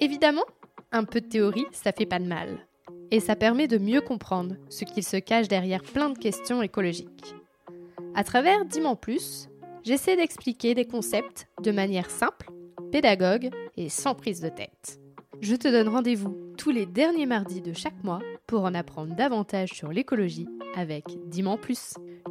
Évidemment, un peu de théorie, ça fait pas de mal. Et ça permet de mieux comprendre ce qu'il se cache derrière plein de questions écologiques. À travers Dis-m'en plus, j'essaie d'expliquer des concepts de manière simple, pédagogue et sans prise de tête. Je te donne rendez-vous tous les derniers mardis de chaque mois pour en apprendre davantage sur l'écologie avec Dis-m'en plus.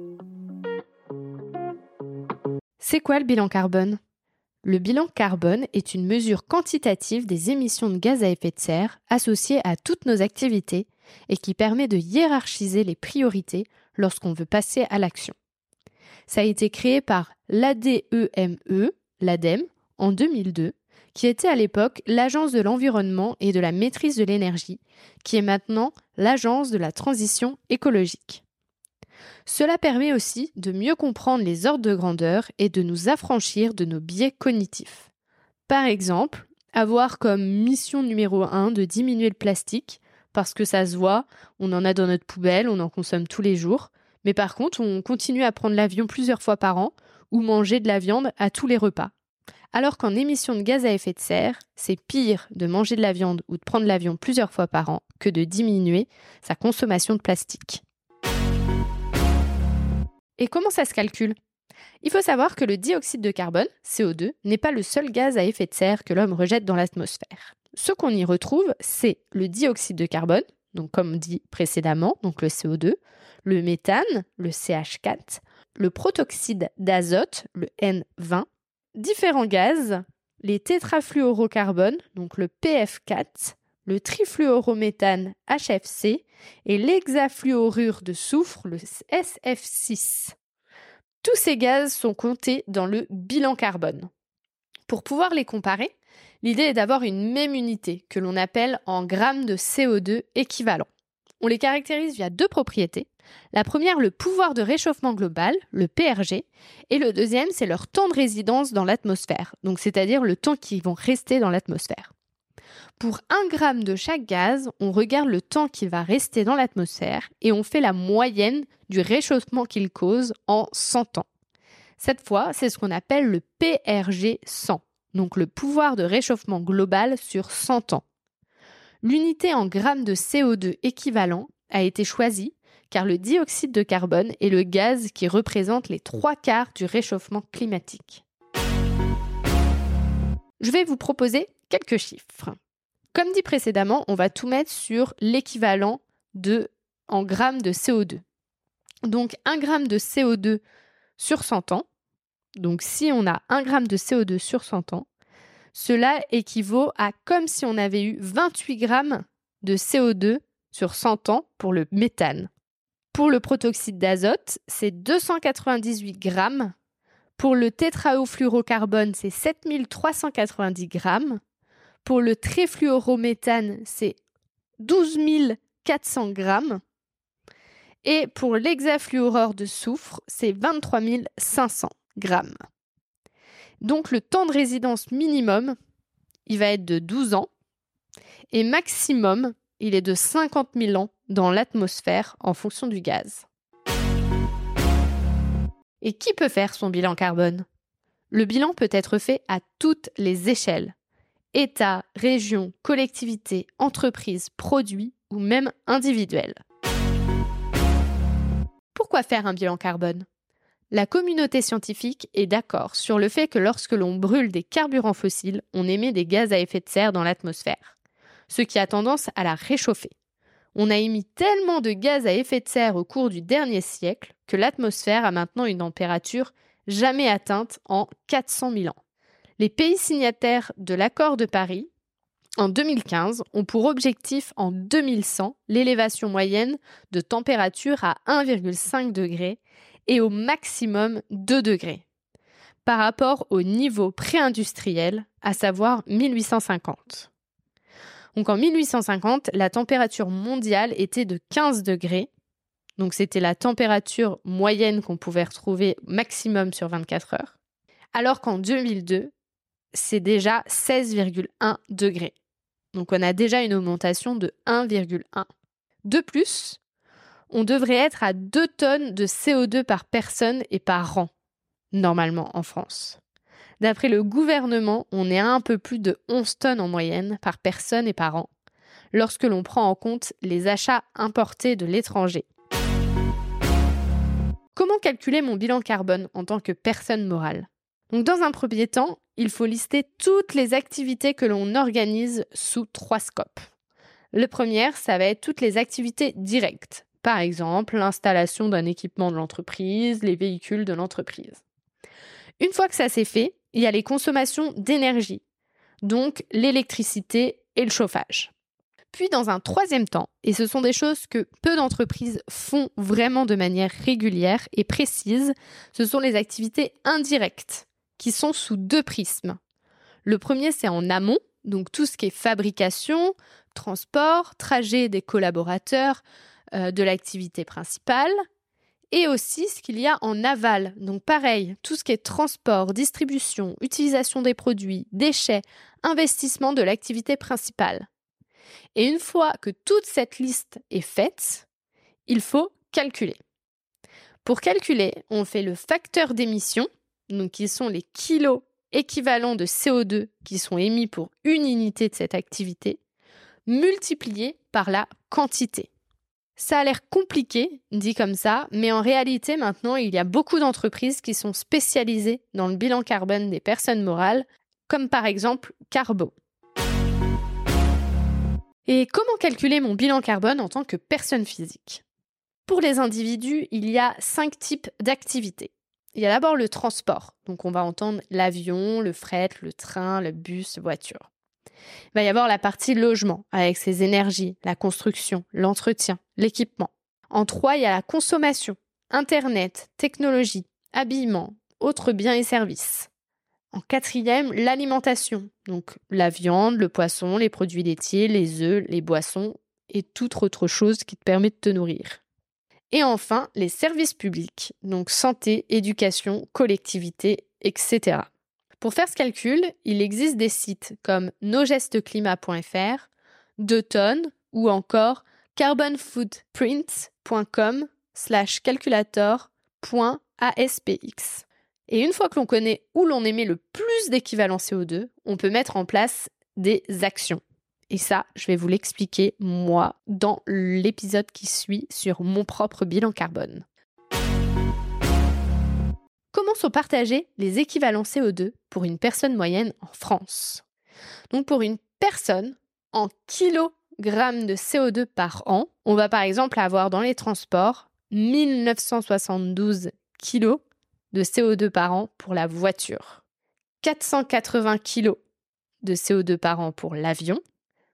C'est quoi le bilan carbone ? Le bilan carbone est une mesure quantitative des émissions de gaz à effet de serre associées à toutes nos activités et qui permet de hiérarchiser les priorités lorsqu'on veut passer à l'action. Ça a été créé par l'ADEME, l'ADEME, en 2002, qui était à l'époque l'Agence de l'environnement et de la maîtrise de l'énergie, qui est maintenant l'Agence de la transition écologique. Cela permet aussi de mieux comprendre les ordres de grandeur et de nous affranchir de nos biais cognitifs. Par exemple, avoir comme mission numéro 1 de diminuer le plastique, parce que ça se voit, on en a dans notre poubelle, on en consomme tous les jours, mais par contre, on continue à prendre l'avion plusieurs fois par an ou manger de la viande à tous les repas. Alors qu'en émissions de gaz à effet de serre, c'est pire de manger de la viande ou de prendre l'avion plusieurs fois par an que de diminuer sa consommation de plastique. Et comment ça se calcule ? Il faut savoir que le dioxyde de carbone, CO2, n'est pas le seul gaz à effet de serre que l'homme rejette dans l'atmosphère. Ce qu'on y retrouve, c'est le dioxyde de carbone, donc comme dit précédemment, donc le CO2, le méthane, le CH4, le protoxyde d'azote, le N20, différents gaz, les tétrafluorocarbones, donc le PF4, le trifluorométhane HFC et l'hexafluorure de soufre, le SF6. Tous ces gaz sont comptés dans le bilan carbone. Pour pouvoir les comparer, l'idée est d'avoir une même unité que l'on appelle en grammes de CO2 équivalent. On les caractérise via deux propriétés. La première, le pouvoir de réchauffement global, le PRG, et le deuxième, c'est leur temps de résidence dans l'atmosphère, donc c'est-à-dire le temps qu'ils vont rester dans l'atmosphère. Pour 1 gramme de chaque gaz, on regarde le temps qu'il va rester dans l'atmosphère et on fait la moyenne du réchauffement qu'il cause en 100 ans. Cette fois, c'est ce qu'on appelle le PRG 100, donc le pouvoir de réchauffement global sur 100 ans. L'unité en grammes de CO2 équivalent a été choisie car le dioxyde de carbone est le gaz qui représente les 3/4 du réchauffement climatique. Je vais vous proposer quelques chiffres. Comme dit précédemment, on va tout mettre sur l'équivalent en grammes de CO2. Donc 1 gramme de CO2 sur 100 ans. Donc si on a 1 gramme de CO2 sur 100 ans, cela équivaut à comme si on avait eu 28 grammes de CO2 sur 100 ans pour le méthane. Pour le protoxyde d'azote, c'est 298 grammes. Pour le tétrafluorocarbone, c'est 7390 grammes. Pour le trifluorométhane, c'est 12 400 grammes. Et pour l'hexafluorure de soufre, c'est 23 500 grammes. Donc le temps de résidence minimum, il va être de 12 ans. Et maximum, il est de 50 000 ans dans l'atmosphère en fonction du gaz. Et qui peut faire son bilan carbone ? Le bilan peut être fait à toutes les échelles. État, région, collectivité, entreprise, produit ou même individuel. Pourquoi faire un bilan carbone ? La communauté scientifique est d'accord sur le fait que lorsque l'on brûle des carburants fossiles, on émet des gaz à effet de serre dans l'atmosphère, ce qui a tendance à la réchauffer. On a émis tellement de gaz à effet de serre au cours du dernier siècle que l'atmosphère a maintenant une température jamais atteinte en 400 000 ans. Les pays signataires de l'accord de Paris, en 2015, ont pour objectif en 2100 l'élévation moyenne de température à 1,5 degré et au maximum 2 degrés, par rapport au niveau pré-industriel, à savoir 1850. Donc en 1850, la température mondiale était de 15 degrés, donc c'était la température moyenne qu'on pouvait retrouver maximum sur 24 heures, alors qu'en 2002, c'est déjà 16,1 degrés. Donc on a déjà une augmentation de 1,1. De plus, on devrait être à 2 tonnes de CO2 par personne et par an, normalement en France. D'après le gouvernement, on est à un peu plus de 11 tonnes en moyenne par personne et par an, lorsque l'on prend en compte les achats importés de l'étranger. Comment calculer mon bilan carbone en tant que personne morale ? Donc, dans un premier temps, il faut lister toutes les activités que l'on organise sous 3 scopes. Le premier, ça va être toutes les activités directes. Par exemple, l'installation d'un équipement de l'entreprise, les véhicules de l'entreprise. Une fois que ça c'est fait, il y a les consommations d'énergie, donc l'électricité et le chauffage. Puis dans un troisième temps, et ce sont des choses que peu d'entreprises font vraiment de manière régulière et précise, ce sont les activités indirectes, qui sont sous 2 prismes. Le premier, c'est en amont, donc tout ce qui est fabrication, transport, trajet des collaborateurs de l'activité principale, et aussi ce qu'il y a en aval. Donc pareil, tout ce qui est transport, distribution, utilisation des produits, déchets, investissement de l'activité principale. Et une fois que toute cette liste est faite, il faut calculer. Pour calculer, on fait le facteur d'émission, donc qui sont les kilos équivalents de CO2 qui sont émis pour une unité de cette activité, multiplié par la quantité. Ça a l'air compliqué, dit comme ça, mais en réalité, maintenant, il y a beaucoup d'entreprises qui sont spécialisées dans le bilan carbone des personnes morales, comme par exemple Carbo. Et comment calculer mon bilan carbone en tant que personne physique ? Pour les individus, il y a 5 types d'activités. Il y a d'abord le transport, donc on va entendre l'avion, le fret, le train, le bus, la voiture. Il va y avoir la partie logement, avec ses énergies, la construction, l'entretien, l'équipement. En 3, il y a la consommation, Internet, technologie, habillement, autres biens et services. En 4e, l'alimentation, donc la viande, le poisson, les produits laitiers, les œufs, les boissons et toute autre chose qui te permet de te nourrir. Et enfin, les services publics, donc santé, éducation, collectivité, etc. Pour faire ce calcul, il existe des sites comme nosgestesclimat.fr, 2 tonnes ou encore carbonfootprints.com/calculator.aspx. Et une fois que l'on connaît où l'on émet le plus d'équivalent CO2, on peut mettre en place des actions. Et ça, je vais vous l'expliquer, moi, dans l'épisode qui suit sur mon propre bilan carbone. Comment sont partagés les équivalents CO2 pour une personne moyenne en France ? Donc pour une personne, en kilogrammes de CO2 par an, on va par exemple avoir dans les transports 1972 kg de CO2 par an pour la voiture, 480 kg de CO2 par an pour l'avion,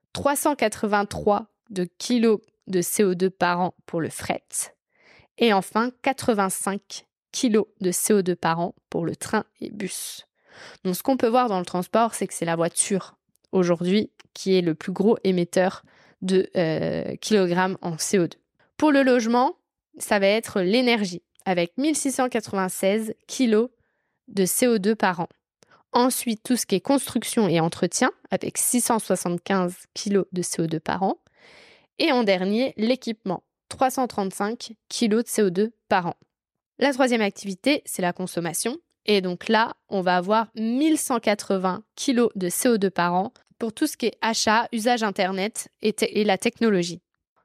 383 kg de CO2 par an pour le fret, et enfin 85 kg de CO2 par an pour le train et bus. Donc ce qu'on peut voir dans le transport, c'est que c'est la voiture aujourd'hui qui est le plus gros émetteur de kilogrammes en CO2. Pour le logement, ça va être l'énergie, avec 1696 kg de CO2 par an. Ensuite, tout ce qui est construction et entretien, avec 675 kg de CO2 par an. Et en dernier, l'équipement, 335 kg de CO2 par an. La troisième activité, c'est la consommation. Et donc là, on va avoir 1180 kg de CO2 par an pour tout ce qui est achat, usage Internet et la technologie.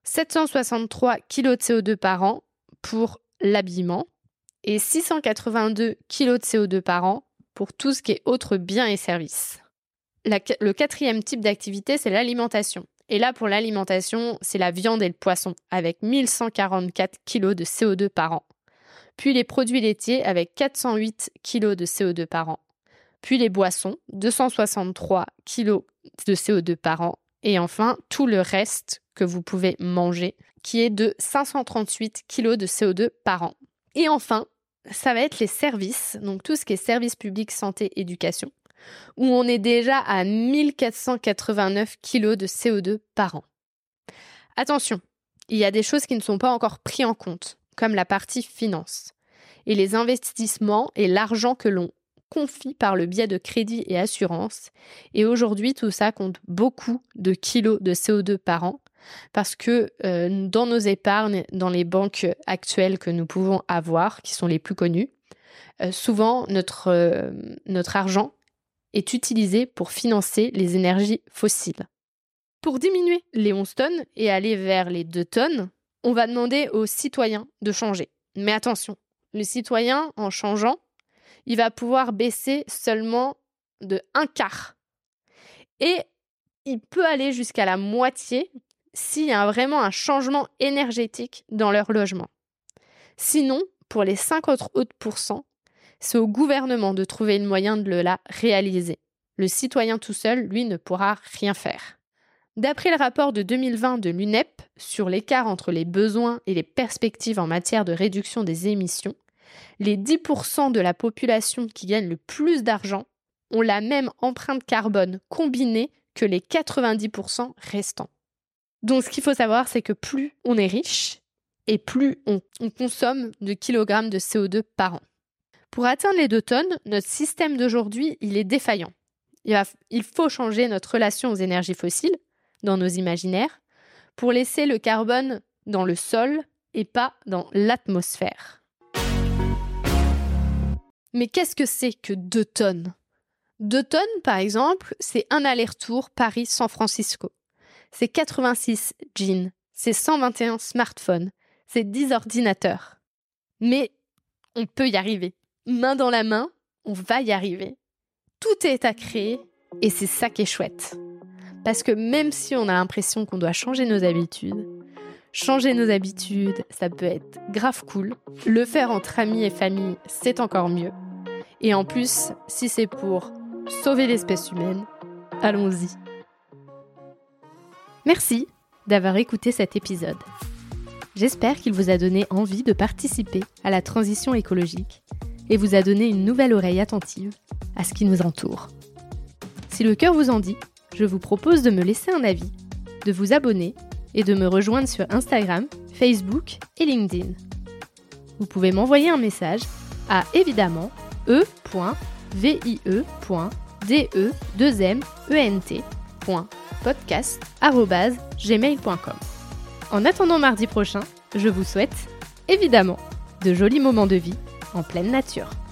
763 kg de CO2 par an pour l'habillement et 682 kg de CO2 par an pour tout ce qui est autres biens et services. Le quatrième type d'activité, c'est l'alimentation. Et là, pour l'alimentation, c'est la viande et le poisson, avec 1144 kg de CO2 par an. Puis les produits laitiers, avec 408 kg de CO2 par an. Puis les boissons, 263 kg de CO2 par an. Et enfin, tout le reste que vous pouvez manger, qui est de 538 kg de CO2 par an. Et enfin, ça va être les services, donc tout ce qui est services publics, santé, éducation, où on est déjà à 1489 kg de CO2 par an. Attention, il y a des choses qui ne sont pas encore prises en compte, comme la partie finance, et les investissements et l'argent que l'on confie par le biais de crédits et assurances. Et aujourd'hui, tout ça compte beaucoup de kilos de CO2 par an, parce que dans nos épargnes, dans les banques actuelles que nous pouvons avoir, qui sont les plus connues, souvent notre argent est utilisé pour financer les énergies fossiles. Pour diminuer les 11 tonnes et aller vers les 2 tonnes, on va demander aux citoyens de changer. Mais attention, le citoyen, en changeant, il va pouvoir baisser seulement de 1/4. Et il peut aller jusqu'à la moitié s'il y a vraiment un changement énergétique dans leur logement. Sinon, pour les 50 autres pourcents, c'est au gouvernement de trouver le moyen de la réaliser. Le citoyen tout seul, lui, ne pourra rien faire. D'après le rapport de 2020 de l'UNEP sur l'écart entre les besoins et les perspectives en matière de réduction des émissions, les 10% de la population qui gagnent le plus d'argent ont la même empreinte carbone combinée que les 90% restants. Donc ce qu'il faut savoir, c'est que plus on est riche et plus on consomme de kilogrammes de CO2 par an. Pour atteindre les 2 tonnes, notre système d'aujourd'hui, il est défaillant. Il faut changer notre relation aux énergies fossiles dans nos imaginaires pour laisser le carbone dans le sol et pas dans l'atmosphère. Mais qu'est-ce que c'est que 2 tonnes ? 2 tonnes, par exemple, c'est un aller-retour Paris-San Francisco. C'est 86 jeans, c'est 121 smartphones, c'est 10 ordinateurs. Mais on peut y arriver. Main dans la main, on va y arriver. Tout est à créer et c'est ça qui est chouette. Parce que même si on a l'impression qu'on doit changer nos habitudes, ça peut être grave cool. Le faire entre amis et famille, c'est encore mieux. Et en plus, si c'est pour sauver l'espèce humaine, allons-y. Merci d'avoir écouté cet épisode. J'espère qu'il vous a donné envie de participer à la transition écologique et vous a donné une nouvelle oreille attentive à ce qui nous entoure. Si le cœur vous en dit, je vous propose de me laisser un avis, de vous abonner et de me rejoindre sur Instagram, Facebook et LinkedIn. Vous pouvez m'envoyer un message à évidemment e.vie.de2ment.podcast@gmail.com. En attendant mardi prochain, je vous souhaite, évidemment, de jolis moments de vie en pleine nature.